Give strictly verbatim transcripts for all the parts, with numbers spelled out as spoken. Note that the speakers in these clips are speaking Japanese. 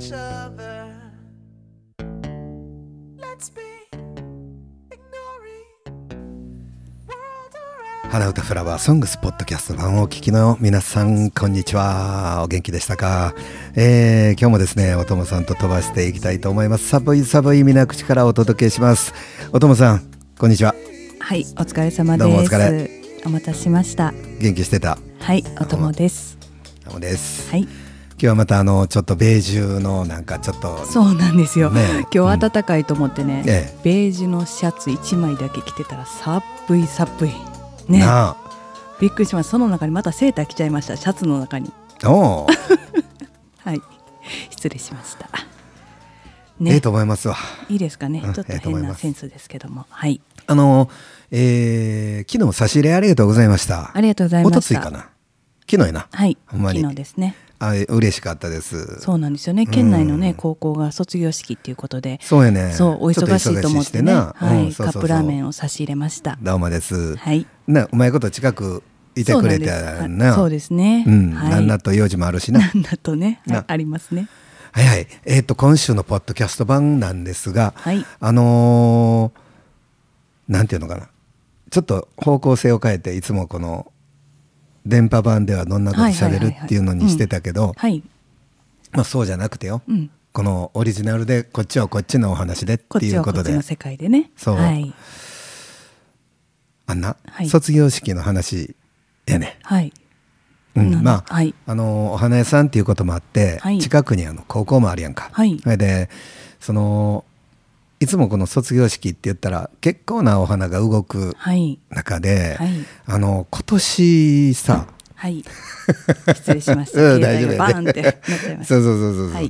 each other. Let's be ignoring world around. 花歌フラワーソングスポッドキャスト版をお聞きの皆さん、こんにちは。お元気でしたか？えー、今日もですね、おともさんと飛ばしていきたいと思います。寒い寒い水口からお届けします。おともさん、こんにちは。 はい、お疲れ様です。 どうもお疲れ。 お待たせしました。 元気してた？ はい、おともです。 おともです。 はい。 今日はまたあのちょっとベージュのなんかちょっとそうなんですよ、 ね、 今日暖かいと思ってね、 うんええ、 ベージュのシャツいちまいだけ着てたら寒い寒いね。 なあ、 びっくりしました。その中にまたセーター着ちゃいました。シャツの中に。 おはい失礼しました、 ね、ええと思いますわ。 いいですかね、 うん、 ちょっと変なセンスですけども、はい、 あの、えー、昨日差し入れありがとうございました。 ありがとうございました。 おとついかな、昨日やな。 はい、 ほんまに昨日ですね。 あ、嬉しかったです。 そうなんですよね。県内のね、うん、高校が卒業式っていうことで、 そうやね。 そうお忙しいと思ってね、はい、 うん、そうそうそう、 カップラーメンを差し入れました。 どうもです。 はい。 な、うまいこと近くいてくれてな。 そうですね。 うん、 はい、 なんなと用事もあるしな。 なんなとね、はい、ありますね。 はいはい。えっと今週のポッドキャスト版なんですが、 はい、 あのー、なんていうのかな、ちょっと方向性を変えて、いつもこの電波版ではどんなこと喋るっていうのにしてたけど、まあそうじゃなくてよ、うん、このオリジナルでこっちはこっちのお話でっていうことで、こっちはこっちの世界でね、 そう、はい、あんな、はい、卒業式の話やね、 はい、 うん、まあ、はい、あのお花屋さんっていうこともあって、はい、近くにあの高校もあるやんか、はい、それでそのいつもこの卒業式って言ったら結構なお花が動く中で、はいはい、あの今年さ、 はい、失礼しました。携帯がバーンってなっちゃいました。 そうそうそうそう、はい、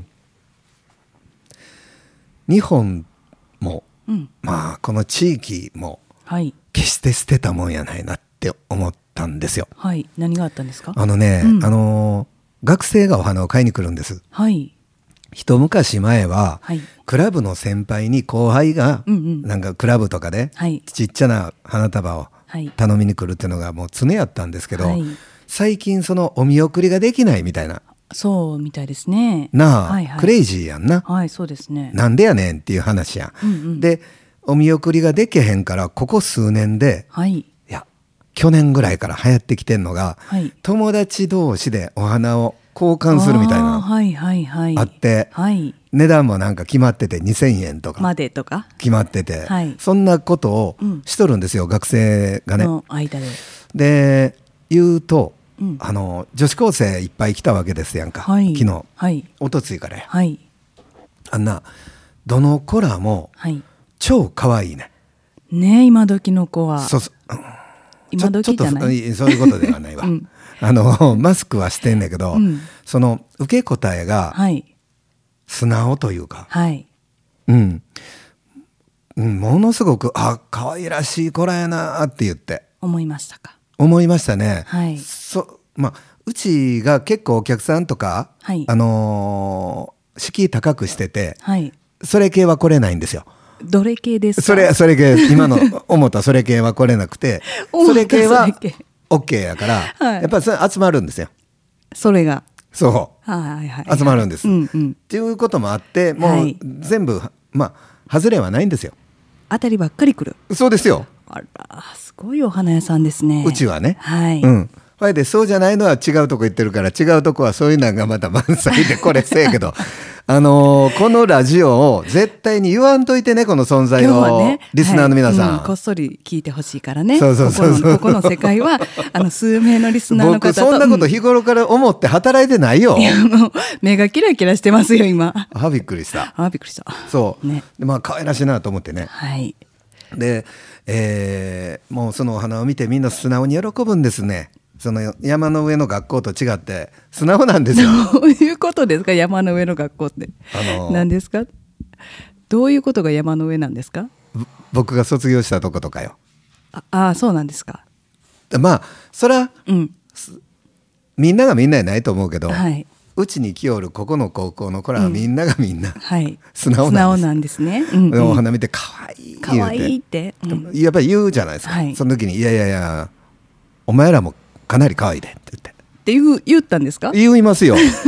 日本も、うん、まあこの地域も、はい、決して捨てたもんやないなって思ったんですよ。 はい、何があったんですか？ あのね、うん、あの学生がお花を買いに来るんです。 はい。 一昔前は、はい、クラブの先輩に後輩が、うんうん、なんかクラブとかで、はい、ちっちゃな花束を頼みに来るっていうのがもう常やったんですけど、はい、最近そのお見送りができないみたいな。 そうみたいですね。 なあ、はいはい、クレイジーやんな。 はい、そうですね。 なんでやねんっていう話やん、うんうん、でお見送りができへんからここ数年で、はい、いや去年ぐらいから流行ってきてんのが、はい、友達同士でお花を交換するみたいな、はいはいはい、あって、はい、値段もなんか決まっててにせんえんとかまでとか決まってて、はい、そんなことをしとるんですよ、うん、学生がね。 の間でで言うと、うん、あの女子高生いっぱい来たわけですやんか、はい、昨日、はい、おとついからや、はい、あんなどの子らも超可愛いね。 ねえ、今時の子は。 そうそう、 今時じゃない。 ちょっとそういうことではないわ、うん、あのマスクはしてんだけど、うん、その受け答えが素直というか、はい、うんうん、ものすごくあ可愛らしい子らやなって言って思いましたか？ 思いましたね、 はい、 そまあ、うちが結構お客さんとか、はい、あのー、敷居高くしてて、はい、それ系は来れないんですよ。 どれ系ですか？ それ、それ系、今の思ったそれ系は来れなくてそれ系は OK やから、はい、やっぱりそれ集まるんですよ。 それがそう、 はいはいはい、 集まるんです、 うんうん、 っていうこともあってもう全部、はい、まあ外れはないんですよ。 当たりばっかり来る。 そうですよ。 あら、すごいお花屋さんですね。 うちはね、 はい、 うん、ほいでそうじゃないのは違うとこ行ってるから、違うとこはそういうのがまた満載でこれせやけどあのー、このラジオを絶対に言わんといてね、この存在を、ね、リスナーの皆さん、 はい、うん、こっそり聞いてほしいからね。そうそうそうそう、ここのここの世界はあの数名のリスナーの方と、 僕そんなこと日頃から思って働いてないよ、 うん、いやもう目がキラキラしてますよ今。 あ、びっくりした。 あ、びっくりした。 そう、ね、でまあ可愛らしいなと思ってね、 はい、で、 えー、もうそのお花を見てみんな素直に喜ぶんですね。その山の上の学校と違って素直なんですよ。 どういうことですか？山の上の学校って、あのー、何ですか？どういうことが山の上なんですか？ 僕が卒業したとことかよ。 ああ、そうなんですか。 まあそれは、うん、みんながみんなやないと思うけど、はい、うちに来よるここの高校の子らはみんながみんな、うん、はい、素直なんです。素直なんですね、うんうん、 お花見て可愛い言うて、 可愛いって、 うん、やっぱり言うじゃないですか、はい、その時にいやいやいやお前らもかなり可愛いでって言ってって言う言ったんですか？ 言いますよ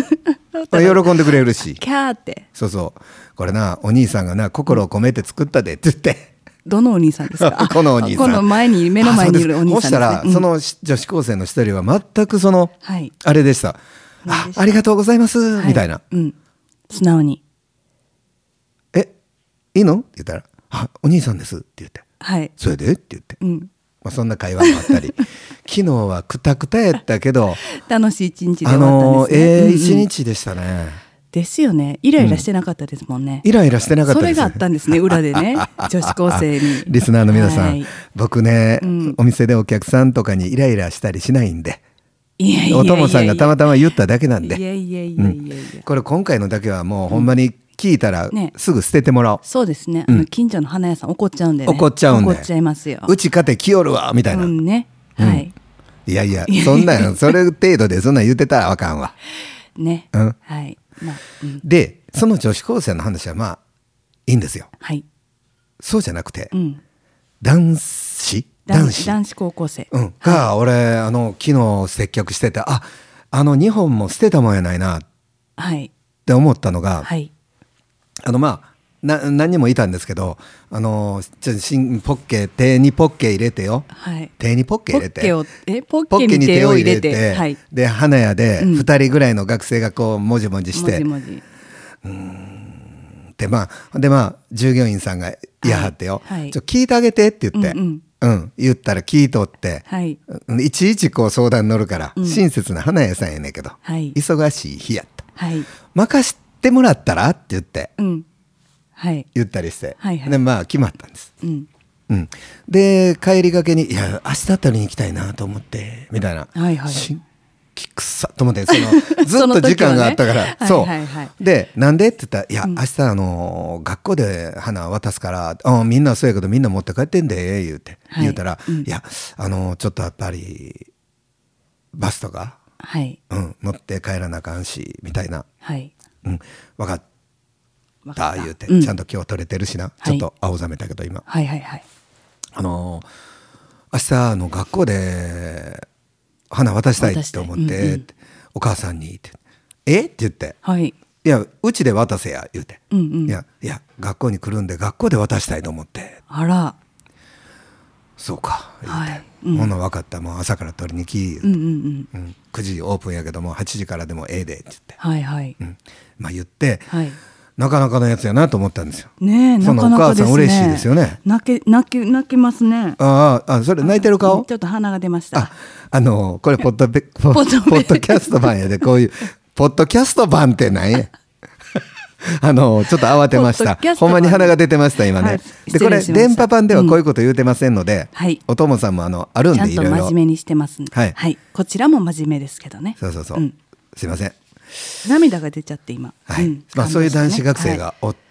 喜んでくれるし、 キャーって、 そうそうこれなお兄さんがな心を込めて作ったでって言ってどのお兄さんですかこのお兄さん、 この前に目の前にいるお兄さんですね。 そしたら、うん、その女子高生の一人は全くその、はい、あれでした、あ, ありがとうございます、はい、みたいな、 うん、素直にえいいのって言ったらあお兄さんですって言って、 はい、 それでって言って、 うんまあ、そんな会話もあったり昨日はくたくたやったけど楽しい一日で終わったんですね。 あのー、ええ一日でしたね、うんうん、 ですよね。イライラしてなかったですもんね、 うん、イライラしてなかったです。 それがあったんですね裏でね女子高生にリスナーの皆さん、はい、僕ね、 うん、 お店でお客さんとかにイライラしたりしないんで、 いやいやいやいやお友さんがたまたま言っただけなんで、 いやいやいやいやいや、 うん、これ今回のだけはもうほんまに聞いたらすぐ捨ててもらおう、ね、 そうですね、うん、あの近所の花屋さん怒っちゃうんでね、 怒っちゃうんで、 怒っちゃいますよ、 うちかて来よるわみたいな、 うんね、はい、 うん、いやいやそんなんそれ程度でそんなん言ってたらあかんわね、 うん、 はい、まあうん、 でその女子高生の話はまあいいんですよ、 はい、 そうじゃなくて、 うん、 男子男子男子高校生、 うん、が、はい、俺あの昨日接客しててああのにほんも捨てたもんやないなって思ったのが、 はい、 あのまあな何人もいたんですけど、あのちょっとポッケ手にポッケ入れてよ、 はい、 手にポッケ入れてポッケをえポッケに手を入れて、はい、 で花屋でふたりぐらいの学生がこうもじもじして、 うん、もじもじうーんでまあでまあ従業員さんがいやはってよ、 はいはい、 ちょ聞いてあげてって言って、うんうんうん、言ったら聞いとって、はい、いちいちこう相談乗るから、うん、親切な花屋さんやねんけど、はい、忙しい日やった、はい、任してもらったらって言って、うんはい、言ったりして、はいはい、でまあ決まったんです、うんうん、で帰りがけにいや明日あたりに行きたいなと思ってみたいな、はいはい、しきくさと思ってそのずっと時間があったからそう、はいはいはい、でなんでって言ったらいや、うん、明日あの学校で花渡すからあみんなそうやけどみんな持って帰ってんで言うて、はい、言うたら、うん、いやあのちょっとやっぱりバスとか、はいうん、乗って帰らなあかんしみたいな、はいうん、分かった言うて、うん、ちゃんと今日取れてるしな、はい、ちょっと青ざめたけど今、はいはいはい、あの明日の学校で花渡したいって思って、うんうん、お母さんにってえって言って、はい、いやうちで渡せや言うて、うんうん、いやいや学校に来るんで学校で渡したいと思って、 あらそうか言うて、はいうん、ほな分かったもう朝から取りに来、うんうんうん、くじオープンやけどもはちじからでもええでって言って、はいはいうん、まあ言って、はい、なかなかのやつやなと思ったんですよ。 ねえ、 そのお母さん嬉しいですよね。 泣け泣き泣きますね。 ああ、それ泣いてる顔？ ちょっと鼻が出ました。 あ、あのこれポッドポポッドキャスト版やでこういうポッドキャスト版って何や。あのちょっと慌てました。ほんまに鼻が出てました今ね。はい、でこれ電波版ではこういうこと言うてませんので、うんはい、おともさんもあのあるんでいろいろ。 ちゃんと真面目にしてますんで、はいはい、こちらも真面目ですけどね。 そうそうそう。うん、すいません。 涙が出ちゃって今。 はい。うん、まあそういう男子学生がおって、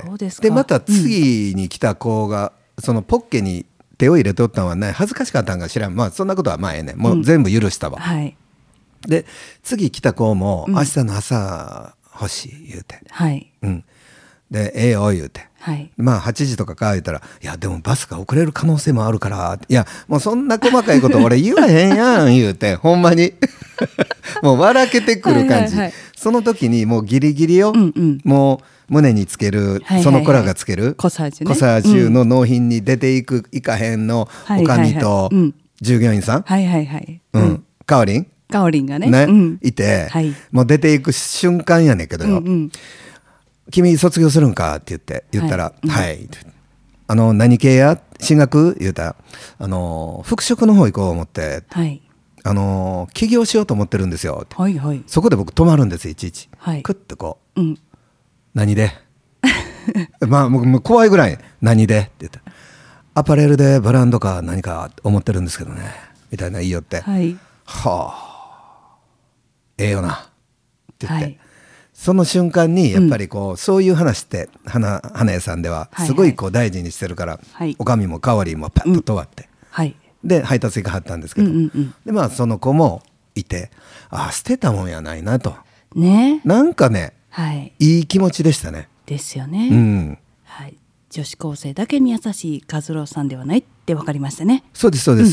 はい、でまた次に来た子が、うん、そのポッケに手を入れとったんはね恥ずかしかったんか知らん。まあそんなことはまあええね。もう全部許したわ。うん、はい。で次来た子も明日の朝欲しい言うて。はい。うん。でええよ言うて、はい、まあはちじとかか言ったらいやでもバスが遅れる可能性もあるからいやもうそんな細かいこと俺言わへんやん言うてほんまにもう笑けてくる感じ、はいはいはい、その時にもうギリギリを、うんうん、もう胸につける、はいはいはい、その子らがつけるコサージュ、ね、 コサージュの納品に出ていくいかへんのおかみと従業員さん、 はいはいはい、 うん、かおりんかおりんがね、 ね、 うん、 いて、はい、もう出ていく瞬間やねんけどよ、うんうん君卒業するんかって言って言ったら、はい、はい、あの何系や進学言うたらあの服飾の方行こう思って、はい、あの起業しようと思ってるんですよって、はいはい、そこで僕止まるんですいちいち、はい、クッとこう、うん、何でまあもう怖いぐらい何でって言ってアパレルでブランドか何か思ってるんですけどねみたいな言いよって、はい、はあええよなって言って、はい、その瞬間にやっぱりこう、うん、そういう話って花、花屋さんではすごいこう大事にしてるから、はいはい、おかみもかわりもパッと通って、うんはい、で配達行かはったんですけど、うんうんうん、でまあその子もいてああ捨てたもんやないなと、ね、なんかね、はい、いい気持ちでしたね。 ですよね、うんはい、女子高生だけに優しい和郎さんではないって分かりましたね。 そうですそうです、うんうん、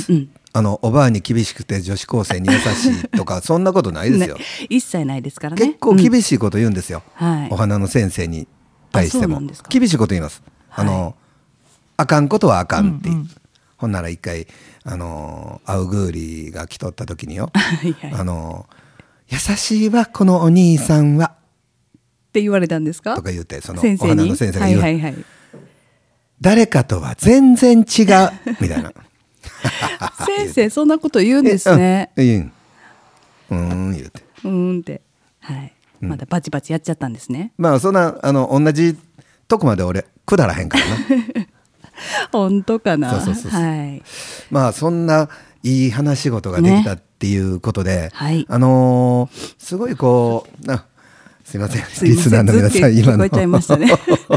あのおばあに厳しくて女子高生に優しいとかそんなことないですよ、 ね、一切ないですからね。 結構厳しいこと言うんですよ、 うん、はい、 お花の先生に対しても厳しいこと言います、はい、あのあかんことはあかんって、うんうん、ほんなら一回あのアウグーリーが来とった時によはい、あの優しいわこのお兄さんはって言われたんですかとか言ってその先生にお花の先生が言う、 はいはいはい、 誰かとは全然違うみたいな先生そんなこと言うんですね。 うん、うん言うてうんって、はい、うん、まだバチバチやっちゃったんですね。 まあそんなあの同じとこまで俺くだらへんからな本当かな。 そうそうそうそう、 はい、 まあそんないい話し事ができたっていうことで、ね、 はい、 あのー、すごいこうあすいませんリスナーの皆さん今の聞こえちゃいましたね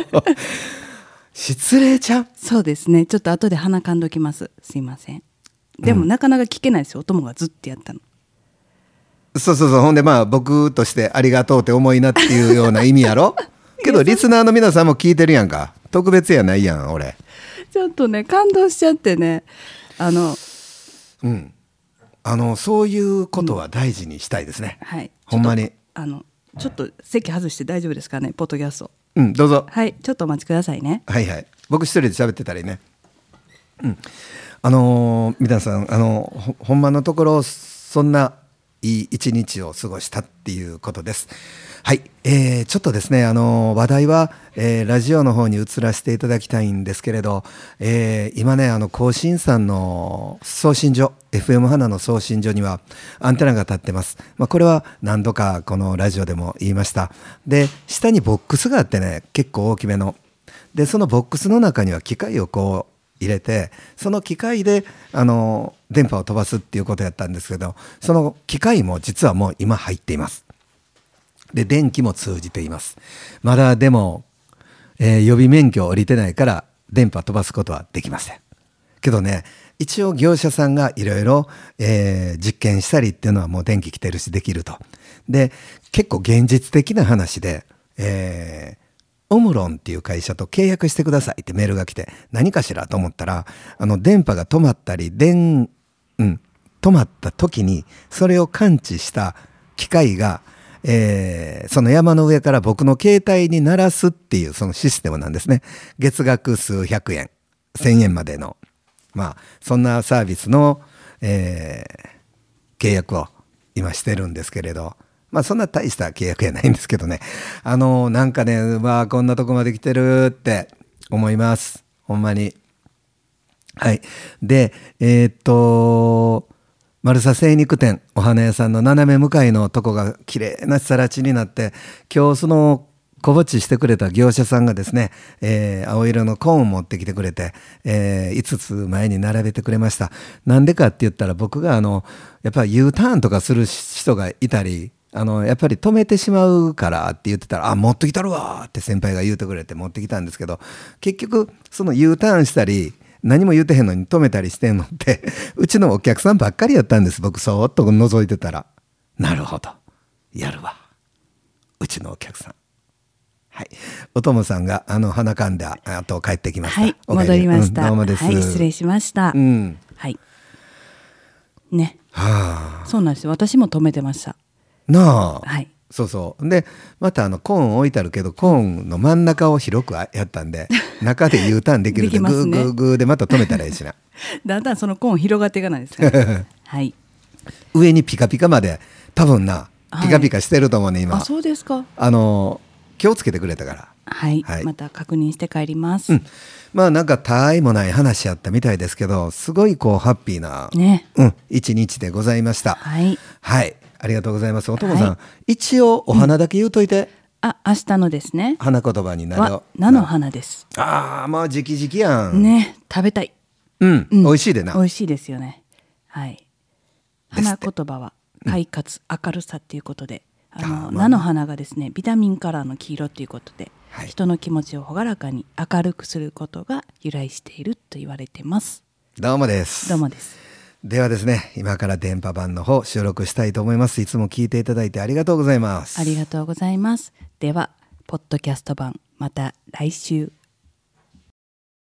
失礼ちゃう。 そうですね、ちょっと後で鼻かんどきます。すいません。でも、うん、なかなか聞けないですよ、お供がずっとやったの。 そうそうそう、ほんでまあ僕としてありがとうって思いなっていうような意味やろけどリスナーの皆さんも聞いてるやんか、特別やないやん俺。 ちょっとね感動しちゃってね、あのうんあのそういうことは大事にしたいですね、 うん、はい、 ほんまに。 あのちょっと席外して大丈夫ですかね、ポッドキャスト。 うんどうぞ。 はい、ちょっとお待ちくださいね。 はいはい、僕一人で喋ってたりね。うんあのー、皆さんあの ほ, ほんまのところそんないい一日を過ごしたっていうことです。はい、えー、ちょっとですねあの話題は、えー、ラジオの方に移らせていただきたいんですけれど、えー、今ねあの甲信さんの送信所 エフエム 花の送信所にはアンテナが立ってます、まあ、これは何度かこのラジオでも言いました。で下にボックスがあってね結構大きめのでそのボックスの中には機械をこう入れてその機械であの電波を飛ばすっていうことやったんですけどその機械も実はもう今入っています。で電気も通じています。まだでも、えー、予備免許を降りてないから電波飛ばすことはできませんけどね一応業者さんがいろいろ実験したりっていうのはもう電気来てるしできると。で結構現実的な話で、えーオムロンっていう会社と契約してくださいってメールが来て何かしらと思ったらあの電波が止まったり電、うん、止まった時にそれを感知した機械が、えー、その山の上から僕の携帯に鳴らすっていうそのシステムなんですね。月額数百円せんえんまでのまあそんなサービスの、えー、契約を今してるんですけれどまあそんな大した契約やないんですけどねあのなんかねまあこんなとこまで来てるって思いますほんまに。はいでえー、っと丸佐精肉店お花屋さんの斜め向かいのとこが綺麗なさら地になって今日その小ぼちしてくれた業者さんがですね、えー、青色のコーンを持ってきてくれて、えー、いつつ前に並べてくれました。なんでかって言ったら僕があのやっぱり U ターンとかする人がいたりあのやっぱり止めてしまうからって言ってたらあ持ってきたるわって先輩が言うてくれて持ってきたんですけど結局その U ターンしたり何も言うてへんのに止めたりしてんのってうちのお客さんばっかりやったんです。僕そーっと覗いてたらなるほどやるわうちのお客さん。はい、おともさんがあの鼻かんだあと帰ってきました。 はい戻りました、 うん、どうもです、 はい失礼しました、 うんはいねはあ、 そうなんですよ私も止めてましたなあ、 はい、 そうそうでまたあのコーン置いてあるけどコーンの真ん中を広くやったんで中で U ターンできるんでできますね、 グーグーグーでまた止めたらいいしなだんだんそのコーン広がっていかないですか、ね、はい上にピカピカまで多分なピカピカしてると思うね、はい、今。 あそうですか。 あの気をつけてくれたから、 はい、はい、また確認して帰ります、 うん、まあなんか他愛もない話やったみたいですけどすごいこうハッピーな、 ねうん、一日でございました。 はい、 はい、ありがとうございます。おともさん、はい、一応お花だけ言うといて、 うん、あ明日のですね花言葉になる菜の花です。 ああまあ時期時期やんね食べたい、 うん、うん、美味しいでな美味しいですよね。はい花言葉は快活、うん、明るさっていうことであのあ、まあ、菜の花がですねビタミンカラーの黄色ということで、はい、人の気持ちを朗らかに明るくすることが由来していると言われてます。 どうもです。 どうもです。 ではですね今から電波版の方収録したいと思います。いつも聞いていただいてありがとうございます。 ありがとうございます。ではポッドキャスト版また来週